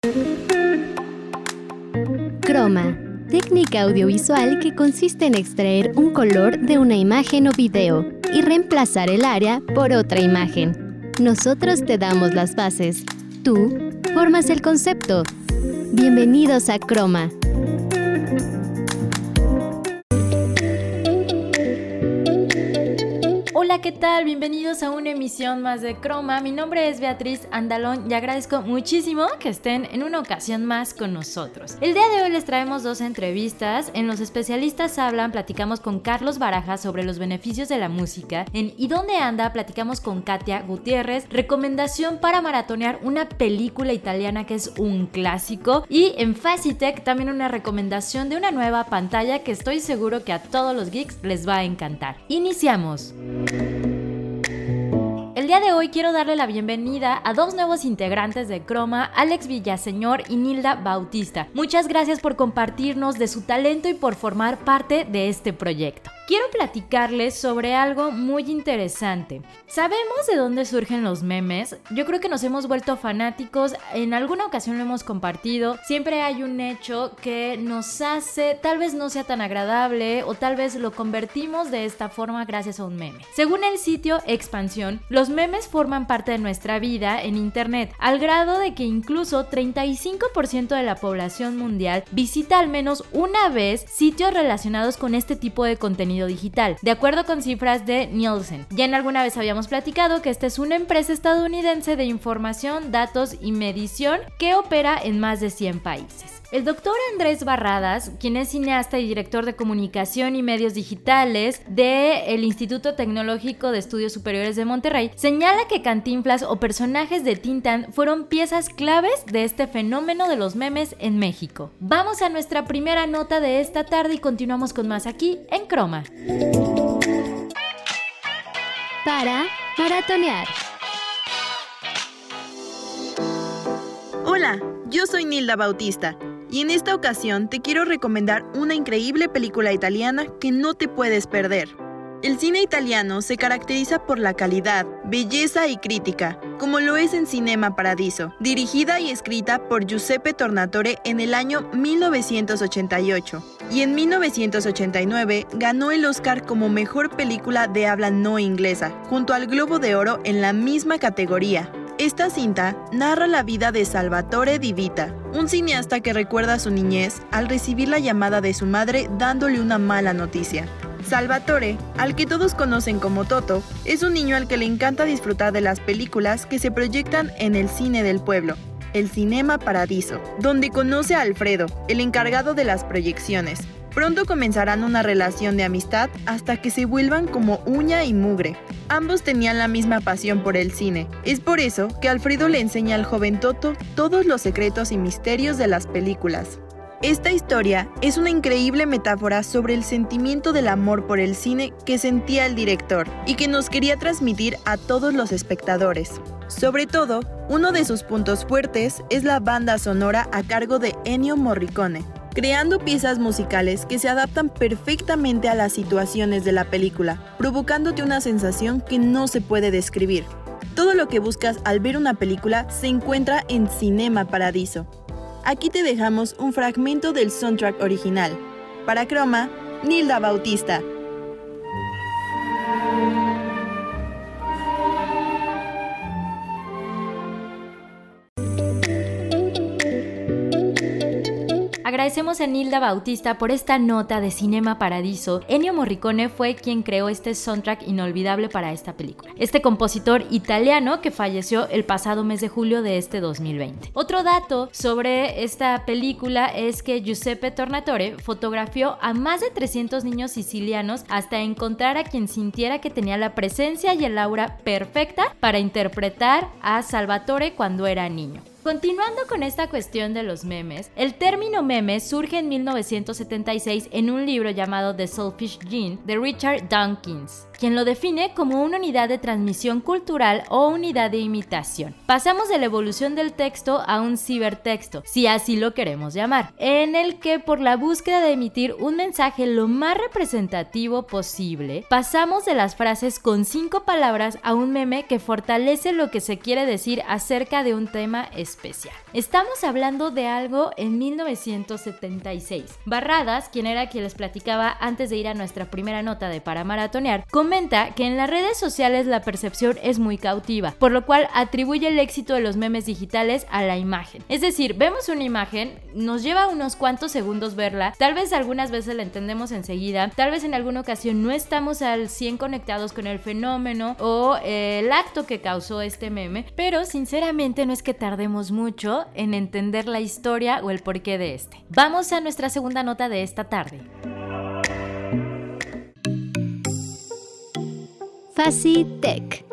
Croma, técnica audiovisual que consiste en extraer un color de una imagen o video y reemplazar el área por otra imagen. Nosotros te damos las bases. Tú formas el concepto. Bienvenidos a Croma. Hola, ¿qué tal? Bienvenidos a una emisión más de Croma. Mi nombre es Beatriz Andalón y agradezco muchísimo que estén en una ocasión más con nosotros. El día de hoy les traemos dos entrevistas. En Los Especialistas Hablan platicamos con Carlos Barajas sobre los beneficios de la música. En ¿Y dónde anda? Platicamos con Katia Gutiérrez, recomendación para maratonear una película italiana que es un clásico. Y en Facitech también una recomendación de una nueva pantalla que estoy seguro que a todos los geeks les va a encantar. Iniciamos. El día de hoy quiero darle la bienvenida a dos nuevos integrantes de Croma, Alex Villaseñor y Nilda Bautista. Muchas gracias por compartirnos de su talento y por formar parte de este proyecto. Quiero platicarles sobre algo muy interesante. ¿Sabemos de dónde surgen los memes? Yo creo que nos hemos vuelto fanáticos, en alguna ocasión lo hemos compartido. Siempre hay un hecho que nos hace, tal vez no sea tan agradable o tal vez lo convertimos de esta forma gracias a un meme. Según el sitio Expansión, los memes forman parte de nuestra vida en internet, al grado de que incluso 35% de la población mundial visita al menos una vez sitios relacionados con este tipo de contenido digital, de acuerdo con cifras de Nielsen. Ya en alguna vez habíamos platicado que esta es una empresa estadounidense de información, datos y medición que opera en más de 100 países. El doctor Andrés Barradas, quien es cineasta y director de comunicación y medios digitales del Instituto Tecnológico de Estudios Superiores de Monterrey, señala que Cantinflas o personajes de Tintán fueron piezas claves de este fenómeno de los memes en México. Vamos a nuestra primera nota de esta tarde y continuamos con más aquí en Croma. Para maratonear. Hola, yo soy Nilda Bautista. Y en esta ocasión te quiero recomendar una increíble película italiana que no te puedes perder. El cine italiano se caracteriza por la calidad, belleza y crítica, como lo es en Cinema Paradiso, dirigida y escrita por Giuseppe Tornatore en el año 1988. Y en 1989 ganó el Oscar como Mejor Película de Habla No Inglesa, junto al Globo de Oro en la misma categoría. Esta cinta narra la vida de Salvatore Di Vita, un cineasta que recuerda su niñez al recibir la llamada de su madre dándole una mala noticia. Salvatore, al que todos conocen como Toto, es un niño al que le encanta disfrutar de las películas que se proyectan en el cine del pueblo, el Cinema Paradiso, donde conoce a Alfredo, el encargado de las proyecciones. Pronto comenzarán una relación de amistad hasta que se vuelvan como uña y mugre. Ambos tenían la misma pasión por el cine. Es por eso que Alfredo le enseña al joven Toto todos los secretos y misterios de las películas. Esta historia es una increíble metáfora sobre el sentimiento del amor por el cine que sentía el director y que nos quería transmitir a todos los espectadores. Sobre todo, uno de sus puntos fuertes es la banda sonora a cargo de Ennio Morricone, creando piezas musicales que se adaptan perfectamente a las situaciones de la película, provocándote una sensación que no se puede describir. Todo lo que buscas al ver una película se encuentra en Cinema Paradiso. Aquí te dejamos un fragmento del soundtrack original. Para Croma, Nilda Bautista. Agradecemos a Nilda Bautista por esta nota de Cinema Paradiso. Ennio Morricone fue quien creó este soundtrack inolvidable para esta película. Este compositor italiano que falleció el pasado mes de julio de este 2020. Otro dato sobre esta película es que Giuseppe Tornatore fotografió a más de 300 niños sicilianos hasta encontrar a quien sintiera que tenía la presencia y el aura perfecta para interpretar a Salvatore cuando era niño. Continuando con esta cuestión de los memes, el término meme surge en 1976 en un libro llamado The Selfish Gene de Richard Dawkins, quien lo define como una unidad de transmisión cultural o unidad de imitación. Pasamos de la evolución del texto a un cibertexto, si así lo queremos llamar, en el que por la búsqueda de emitir un mensaje lo más representativo posible, pasamos de las frases con 5 palabras a un meme que fortalece lo que se quiere decir acerca de un tema específico. especial. Estamos hablando de algo en 1976. Barradas, quien les platicaba antes de ir a nuestra primera nota de Para Maratonear, comenta que en las redes sociales la percepción es muy cautiva, por lo cual atribuye el éxito de los memes digitales a la imagen. Es decir, vemos una imagen, nos lleva unos cuantos segundos verla, tal vez algunas veces la entendemos enseguida, tal vez en alguna ocasión no estamos al 100 conectados con el fenómeno o el acto que causó este meme, pero sinceramente no es que tardemos mucho en entender la historia o el porqué de este. Vamos a nuestra segunda nota de esta tarde. FaciTech.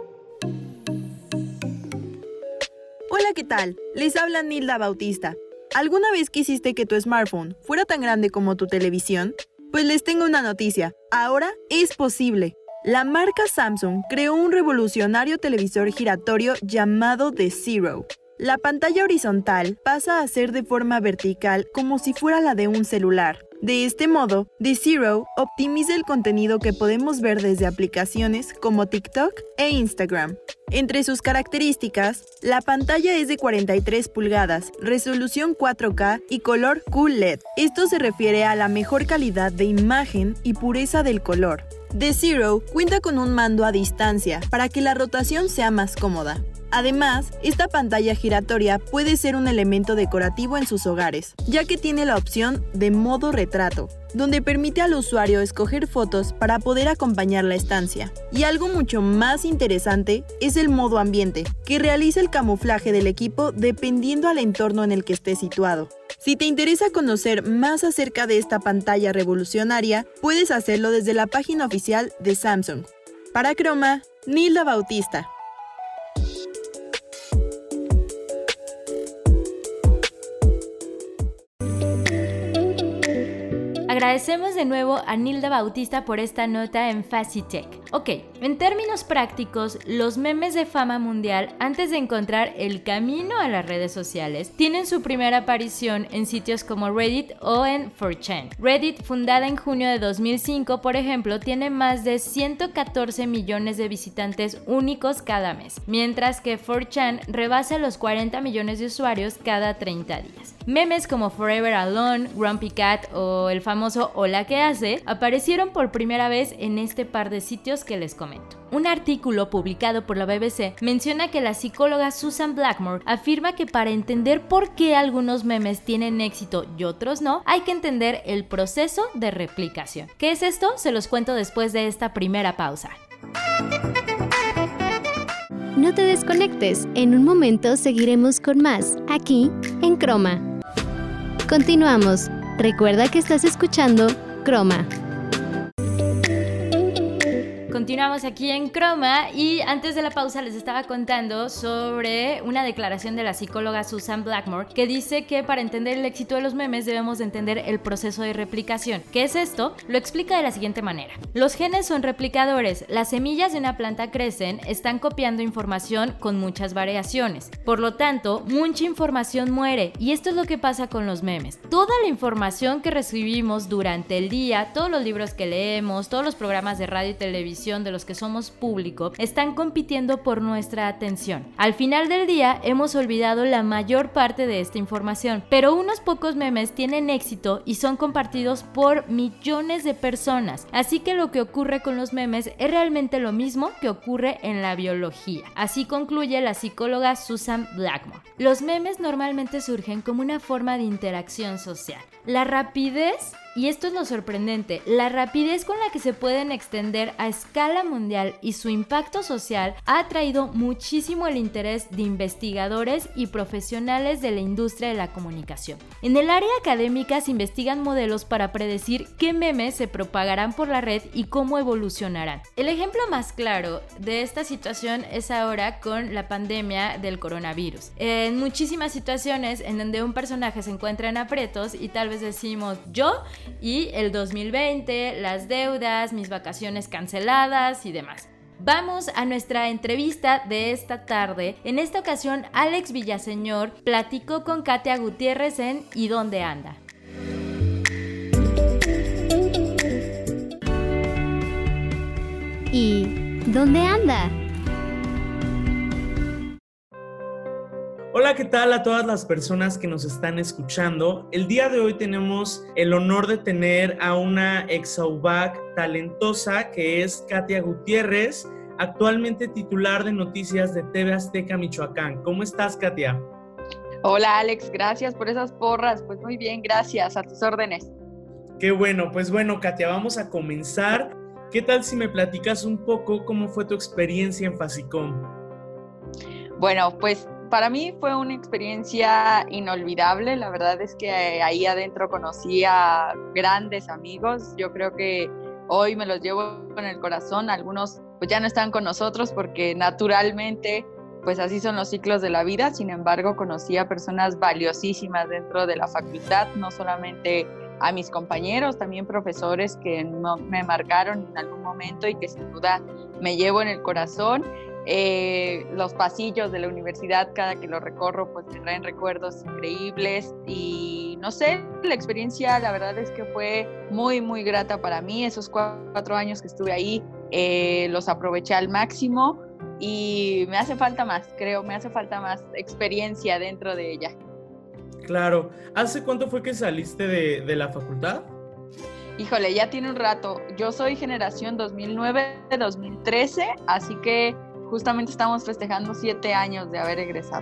Hola, ¿qué tal? Les habla Nilda Bautista. ¿Alguna vez quisiste que tu smartphone fuera tan grande como tu televisión? Pues les tengo una noticia. Ahora es posible. La marca Samsung creó un revolucionario televisor giratorio llamado The Zero. La pantalla horizontal pasa a ser de forma vertical como si fuera la de un celular. De este modo, The Zero optimiza el contenido que podemos ver desde aplicaciones como TikTok e Instagram. Entre sus características, la pantalla es de 43 pulgadas, resolución 4K y color QLED. Esto se refiere a la mejor calidad de imagen y pureza del color. The Zero cuenta con un mando a distancia para que la rotación sea más cómoda. Además, esta pantalla giratoria puede ser un elemento decorativo en sus hogares, ya que tiene la opción de modo retrato, donde permite al usuario escoger fotos para poder acompañar la estancia. Y algo mucho más interesante es el modo ambiente, que realiza el camuflaje del equipo dependiendo al entorno en el que esté situado. Si te interesa conocer más acerca de esta pantalla revolucionaria, puedes hacerlo desde la página oficial de Samsung. Para Croma, Nilda Bautista. Agradecemos de nuevo a Nilda Bautista por esta nota en FaciTech. Ok, en términos prácticos, los memes de fama mundial, antes de encontrar el camino a las redes sociales, tienen su primera aparición en sitios como Reddit o en 4chan. Reddit, fundada en junio de 2005, por ejemplo, tiene más de 114 millones de visitantes únicos cada mes, mientras que 4chan rebasa los 40 millones de usuarios cada 30 días. Memes como Forever Alone, Grumpy Cat o el famoso Hola, ¿qué hace? Aparecieron por primera vez en este par de sitios que les comento. Un artículo publicado por la BBC menciona que la psicóloga Susan Blackmore afirma que para entender por qué algunos memes tienen éxito y otros no, hay que entender el proceso de replicación. ¿Qué es esto? Se los cuento después de esta primera pausa. No te desconectes, en un momento seguiremos con más, aquí en Croma. Continuamos. Recuerda que estás escuchando Croma. Continuamos aquí en Croma y antes de la pausa les estaba contando sobre una declaración de la psicóloga Susan Blackmore que dice que para entender el éxito de los memes debemos de entender el proceso de replicación. ¿Qué es esto? Lo explica de la siguiente manera. Los genes son replicadores. Las semillas de una planta crecen, están copiando información con muchas variaciones. Por lo tanto, mucha información muere y esto es lo que pasa con los memes. Toda la información que recibimos durante el día, todos los libros que leemos, todos los programas de radio y televisión de los que somos público, están compitiendo por nuestra atención. Al final del día, hemos olvidado la mayor parte de esta información, pero unos pocos memes tienen éxito y son compartidos por millones de personas. Así que lo que ocurre con los memes es realmente lo mismo que ocurre en la biología. Así concluye la psicóloga Susan Blackmore. Los memes normalmente surgen como una forma de interacción social. La rapidez, y esto es lo sorprendente, la rapidez con la que se pueden extender a escala mundial y su impacto social ha atraído muchísimo el interés de investigadores y profesionales de la industria de la comunicación. En el área académica se investigan modelos para predecir qué memes se propagarán por la red y cómo evolucionarán. El ejemplo más claro de esta situación es ahora con la pandemia del coronavirus. En muchísimas situaciones en donde un personaje se encuentra en aprietos y tal vez decimos yo y el 2020, las deudas, mis vacaciones canceladas y demás. Vamos a nuestra entrevista de esta tarde. En esta ocasión, Alex Villaseñor platicó con Katia Gutiérrez en ¿Y dónde anda? ¿Y dónde anda? Hola, ¿qué tal a todas las personas que nos están escuchando? El día de hoy tenemos el honor de tener a una ex-AUVAC talentosa que es Katia Gutiérrez, actualmente titular de noticias de TV Azteca Michoacán. ¿Cómo estás, Katia? Hola, Alex, gracias por esas porras. Pues muy bien, gracias, a tus órdenes. Qué bueno, pues bueno, Katia, vamos a comenzar. ¿Qué tal si me platicas un poco cómo fue tu experiencia en Fasicom? Bueno, pues para mí fue una experiencia inolvidable. La verdad es que ahí adentro conocí a grandes amigos. Yo creo que hoy me los llevo en el corazón. Algunos pues ya no están con nosotros porque naturalmente pues así son los ciclos de la vida. Sin embargo, conocí a personas valiosísimas dentro de la facultad, no solamente a mis compañeros, también profesores que me marcaron en algún momento y que sin duda me llevo en el corazón. Los pasillos de la universidad, cada que lo recorro, pues me traen recuerdos increíbles y no sé, la experiencia la verdad es que fue muy, muy grata para mí. Esos 4 años que estuve ahí los aproveché al máximo y me hace falta más, me hace falta más experiencia dentro de ella. Claro. ¿Hace cuánto fue que saliste de la facultad? Híjole, ya tiene un rato. Yo soy generación 2009-2013, así que justamente estamos festejando 7 años de haber egresado.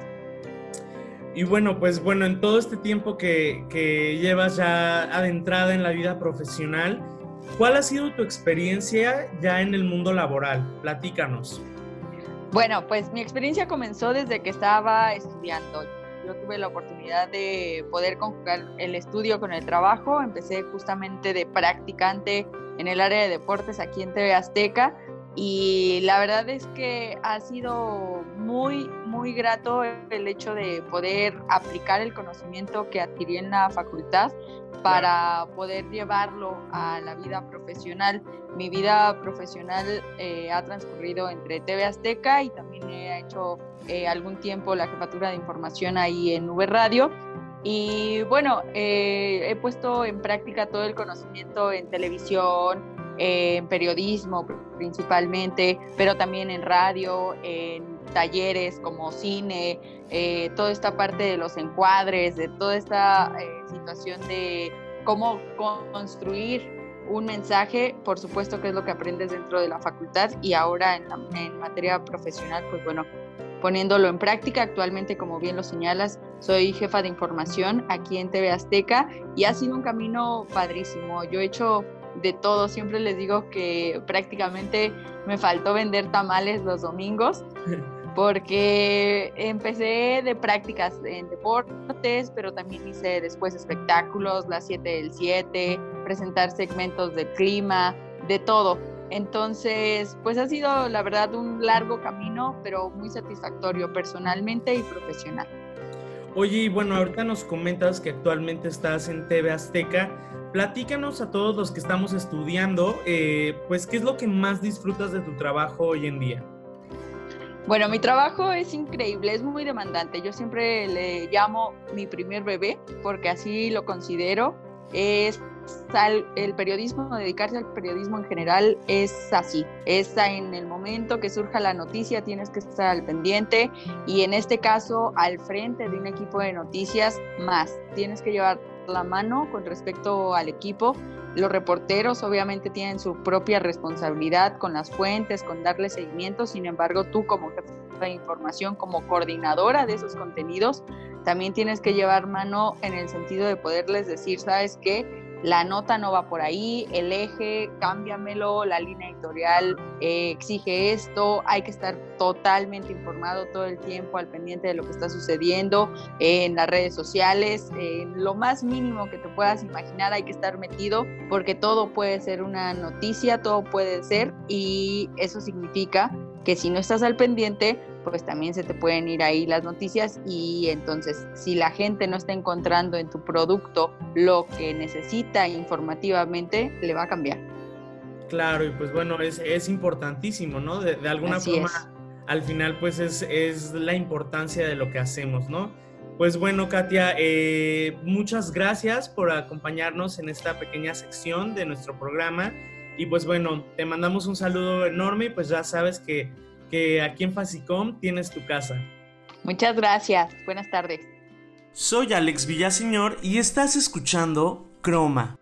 Y bueno, pues bueno, en todo este tiempo que llevas ya adentrada en la vida profesional, ¿cuál ha sido tu experiencia ya en el mundo laboral? Platícanos. Bueno, pues mi experiencia comenzó desde que estaba estudiando. Yo tuve la oportunidad de poder conjugar el estudio con el trabajo. Empecé justamente de practicante en el área de deportes aquí en TV Azteca. Y la verdad es que ha sido muy, muy grato el hecho de poder aplicar el conocimiento que adquirí en la facultad para poder llevarlo a la vida profesional. Mi vida profesional ha transcurrido entre TV Azteca y también he hecho algún tiempo la jefatura de información ahí en V Radio. Y bueno, he puesto en práctica todo el conocimiento en televisión, en periodismo principalmente, pero también en radio, en talleres como cine, toda esta parte de los encuadres, de toda esta situación de cómo construir un mensaje, por supuesto que es lo que aprendes dentro de la facultad y ahora en materia profesional, pues bueno, poniéndolo en práctica. Actualmente, como bien lo señalas, soy jefa de información aquí en TV Azteca y ha sido un camino padrísimo. Yo he hecho de todo, siempre les digo que prácticamente me faltó vender tamales los domingos porque empecé de prácticas en deportes, pero también hice después espectáculos, las 7 del 7, presentar segmentos del clima, de todo. Entonces, pues ha sido la verdad un largo camino, pero muy satisfactorio personalmente y profesional. Oye, y bueno, ahorita nos comentas que actualmente estás en TV Azteca. Platícanos a todos los que estamos estudiando, pues, ¿qué es lo que más disfrutas de tu trabajo hoy en día? Bueno, mi trabajo es increíble, es muy demandante. Yo siempre le llamo mi primer bebé, porque así lo considero. El periodismo, dedicarse al periodismo en general es así. Es en el momento que surja la noticia, tienes que estar al pendiente y en este caso al frente de un equipo de noticias más. Tienes que llevar la mano con respecto al equipo. Los reporteros obviamente tienen su propia responsabilidad con las fuentes, con darle seguimiento. Sin embargo, tú como jefe de información, como coordinadora de esos contenidos, también tienes que llevar mano en el sentido de poderles decir, ¿sabes qué? La nota no va por ahí, el eje, cámbiamelo, la línea editorial exige esto, hay que estar totalmente informado todo el tiempo, al pendiente de lo que está sucediendo en las redes sociales, lo más mínimo que te puedas imaginar hay que estar metido, porque todo puede ser una noticia, todo puede ser, y eso significa que si no estás al pendiente, pues también se te pueden ir ahí las noticias y entonces si la gente no está encontrando en tu producto lo que necesita informativamente, le va a cambiar. Claro, y pues bueno, es importantísimo, ¿no? De alguna Así forma, es. Al final, pues es la importancia de lo que hacemos, ¿no? Pues bueno, Katia, muchas gracias por acompañarnos en esta pequeña sección de nuestro programa. Y pues bueno, te mandamos un saludo enorme y pues ya sabes que aquí en Fasicom tienes tu casa. Muchas gracias. Buenas tardes. Soy Alex Villaseñor y estás escuchando Croma.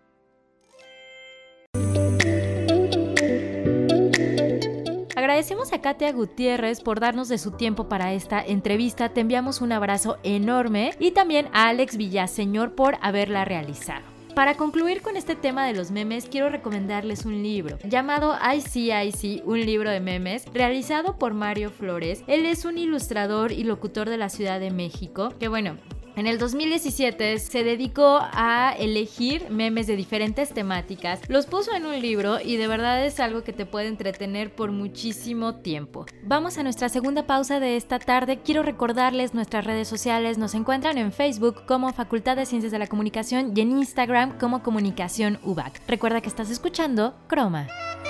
Agradecemos a Katia Gutiérrez por darnos de su tiempo para esta entrevista. Te enviamos un abrazo enorme y también a Alex Villaseñor por haberla realizado. Para concluir con este tema de los memes, quiero recomendarles un libro llamado ICIC, un libro de memes, realizado por Mario Flores. Él es un ilustrador y locutor de la Ciudad de México, que en el 2017 se dedicó a elegir memes de diferentes temáticas, los puso en un libro y de verdad es algo que te puede entretener por muchísimo tiempo. Vamos a nuestra segunda pausa de esta tarde. Quiero recordarles nuestras redes sociales. Nos encuentran en Facebook como Facultad de Ciencias de la Comunicación y en Instagram como Comunicación UBAC. Recuerda que estás escuchando Croma.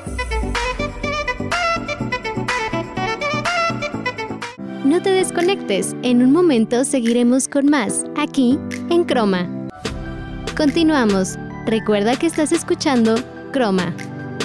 No te desconectes, en un momento seguiremos con más, aquí en Croma. Continuamos, recuerda que estás escuchando Croma.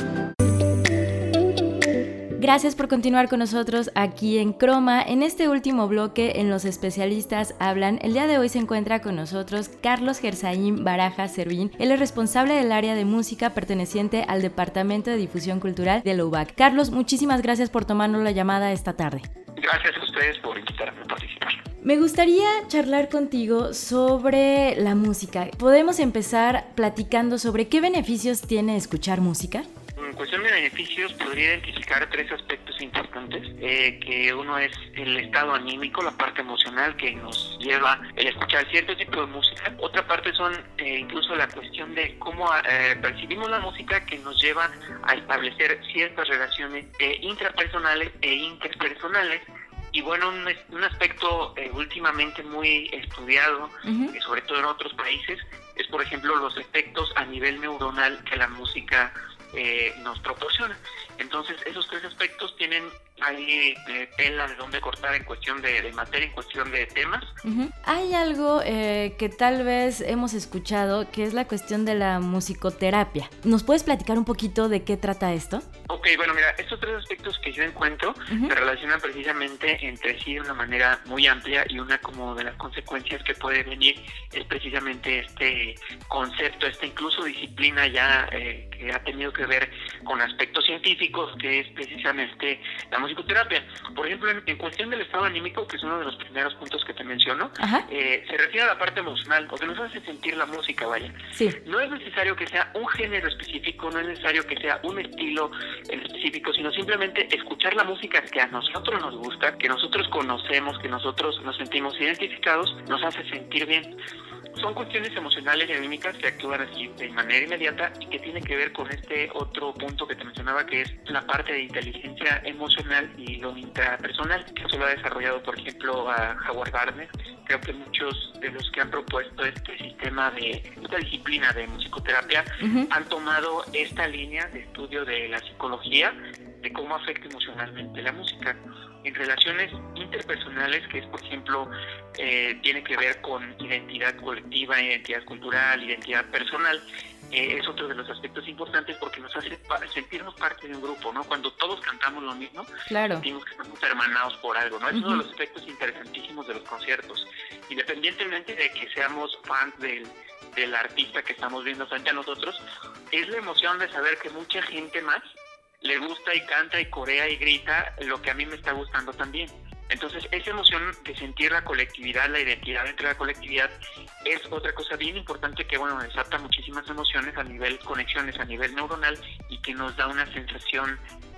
Gracias por continuar con nosotros aquí en Croma. En este último bloque, en Los Especialistas Hablan, el día de hoy se encuentra con nosotros Carlos Gersaín Baraja Servín. Él es responsable del área de música perteneciente al Departamento de Difusión Cultural de la UBAC. Carlos, muchísimas gracias por tomarnos la llamada esta tarde. Gracias a ustedes por invitarme a participar. Me gustaría charlar contigo sobre la música. ¿Podemos empezar platicando sobre qué beneficios tiene escuchar música? En cuestión de beneficios, podría identificar 3 aspectos importantes, que uno es el estado anímico, la parte emocional que nos lleva el escuchar cierto tipo de música. Otra parte son incluso la cuestión de cómo percibimos la música, que nos lleva a establecer ciertas relaciones intrapersonales e interpersonales. Y bueno, un aspecto últimamente muy estudiado, sobre todo en otros países, es por ejemplo los efectos a nivel neuronal que la música nos proporciona. Entonces esos 3 aspectos tienen ahí tela de dónde cortar en cuestión de materia, en cuestión de temas. Hay algo que tal vez hemos escuchado, que es la cuestión de la musicoterapia. ¿Nos puedes platicar un poquito de qué trata esto? Ok, bueno, mira, estos 3 aspectos que yo encuentro se relacionan precisamente entre sí de una manera muy amplia, y una como de las consecuencias que puede venir es precisamente este concepto, esta incluso disciplina ya que ha tenido que ver con aspectos científicos, que es precisamente la musicoterapia. Por ejemplo, en cuestión del estado anímico, que es uno de los primeros puntos que te menciono, se refiere a la parte emocional, o que nos hace sentir la música, vaya. Sí. No es necesario que sea un género específico, no es necesario que sea un estilo en específico, sino simplemente escuchar la música que a nosotros nos gusta, que nosotros conocemos, que nosotros nos sentimos identificados, nos hace sentir bien. Son cuestiones emocionales y anímicas que actúan así de manera inmediata y que tienen que ver con este otro punto que te mencionaba, que es la parte de inteligencia emocional y lo intrapersonal, que eso lo ha desarrollado, por ejemplo, a Howard Gardner. Creo que muchos de los que han propuesto este sistema esta disciplina de musicoterapia han tomado esta línea de estudio de la psicología, de cómo afecta emocionalmente la música. En relaciones interpersonales, que es, por ejemplo, tiene que ver con identidad colectiva, identidad cultural, identidad personal, es otro de los aspectos importantes, porque nos hace sentirnos parte de un grupo, ¿no? Cuando todos cantamos lo mismo, claro, sentimos que estamos hermanados por algo, ¿no? Es uno de los aspectos interesantísimos de los conciertos. Independientemente de que seamos fans del artista que estamos viendo frente a nosotros, es la emoción de saber que mucha gente más le gusta y canta y corea y grita lo que a mí me está gustando también. Entonces, esa emoción de sentir la colectividad, la identidad entre la colectividad, es otra cosa bien importante que, bueno, desata muchísimas emociones a nivel conexiones, a nivel neuronal, y que nos da una sensación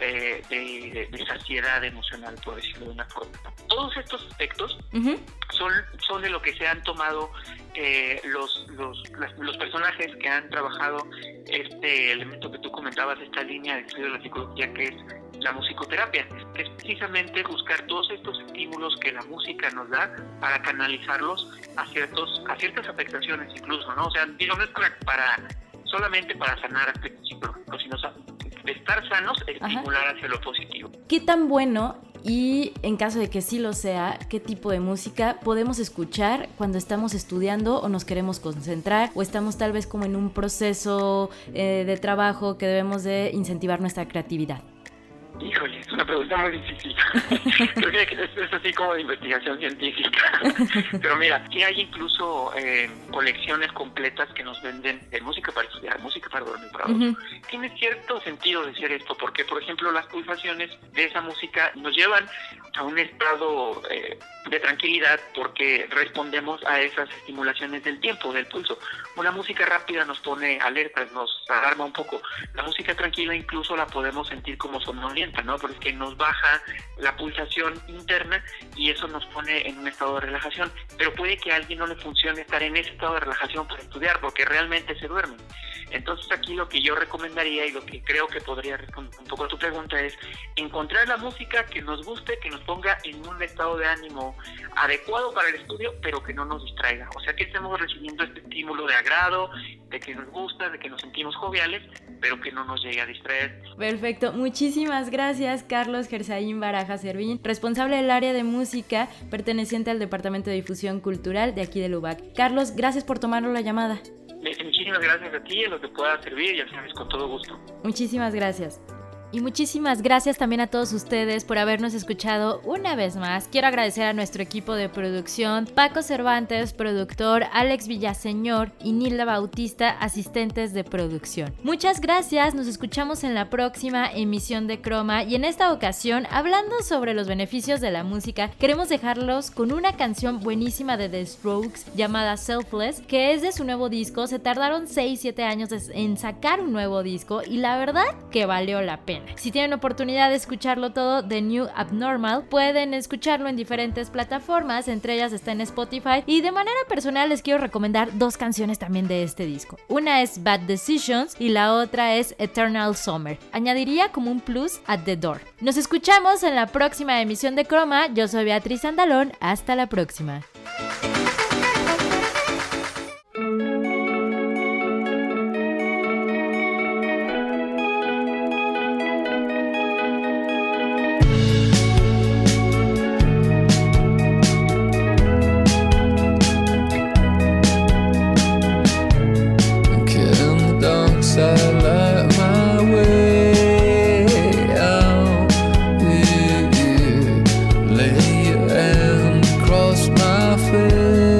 de saciedad emocional, por decirlo de una forma. Todos estos aspectos son de lo que se han tomado los personajes que han trabajado este elemento que tú comentabas, esta línea de estudio de la psicología, que es la musicoterapia, que es precisamente buscar todos estos estímulos que la música nos da para canalizarlos a ciertas afectaciones incluso, ¿no? O sea, digo, no es solamente para sanar aspectos psicológicos, sino de estar sanos, estimular hacia lo positivo. ¿Qué tan bueno, y en caso de que sí lo sea, qué tipo de música podemos escuchar cuando estamos estudiando o nos queremos concentrar, o estamos tal vez como en un proceso de trabajo que debemos de incentivar nuestra creatividad? Híjole, es una pregunta muy difícil. Creo que es así como de investigación científica. Pero mira, sí hay incluso colecciones completas que nos venden música para estudiar, música para dormir, para otro. Tiene cierto sentido decir esto, porque, por ejemplo, las pulsaciones de esa música nos llevan a un estado de tranquilidad porque respondemos a esas estimulaciones del tiempo, del pulso. Una música rápida nos pone alertas, nos alarma un poco. La música tranquila incluso la podemos sentir como somnolienta, ¿no? Porque nos baja la pulsación interna y eso nos pone en un estado de relajación. Pero puede que a alguien no le funcione estar en ese estado de relajación para estudiar porque realmente se duerme. Entonces aquí lo que yo recomendaría y lo que creo que podría responder un poco a tu pregunta es encontrar la música que nos guste, que nos ponga en un estado de ánimo adecuado para el estudio, pero que no nos distraiga. O sea, que estemos recibiendo este estímulo de agrado, de que nos gusta, de que nos sentimos joviales, pero que no nos llegue a distraer. Perfecto. Muchísimas gracias, Carlos Gersaín Baraja Servín, responsable del área de música perteneciente al Departamento de Difusión Cultural de aquí de UBAC. Carlos, gracias por tomarnos la llamada. Muchísimas gracias a ti, en lo que pueda servir, ya sabes, con todo gusto. Muchísimas gracias. Y muchísimas gracias también a todos ustedes por habernos escuchado una vez más. Quiero agradecer a nuestro equipo de producción, Paco Cervantes, productor, Alex Villaseñor y Nilda Bautista, asistentes de producción. Muchas gracias, nos escuchamos en la próxima emisión de Croma y en esta ocasión, hablando sobre los beneficios de la música, queremos dejarlos con una canción buenísima de The Strokes llamada Selfless, que es de su nuevo disco. Se tardaron 6-7 años en sacar un nuevo disco y la verdad que valió la pena. Si tienen oportunidad de escucharlo todo, The New Abnormal, pueden escucharlo en diferentes plataformas, entre ellas está en Spotify, y de manera personal les quiero recomendar 2 canciones también de este disco. Una es Bad Decisions y la otra es Eternal Summer. Añadiría como un plus At the Door. Nos escuchamos en la próxima emisión de Croma. Yo soy Beatriz Andalón. Hasta la próxima. Cross my face.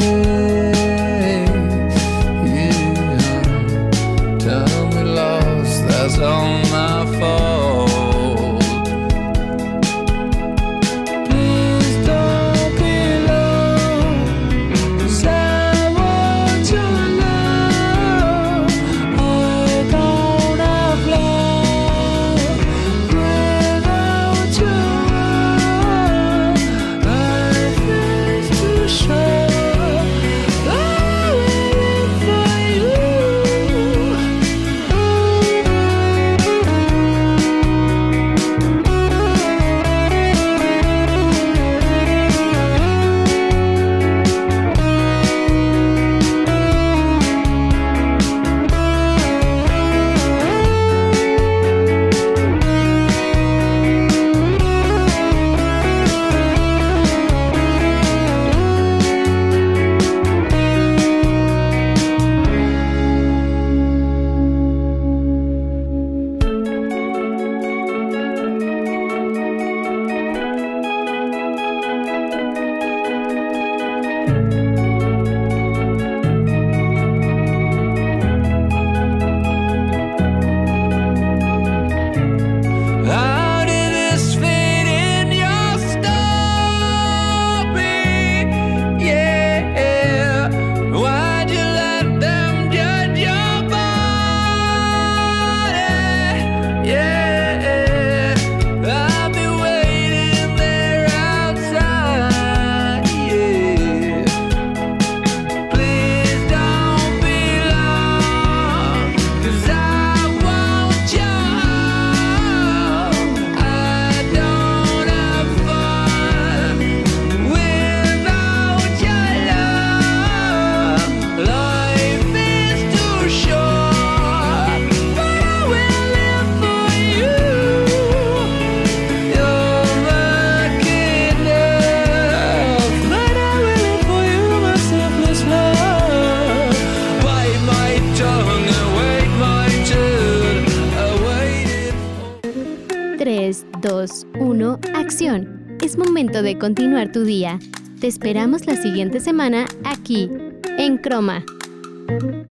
2, 1, acción. Es momento de continuar tu día. Te esperamos la siguiente semana aquí, en Croma.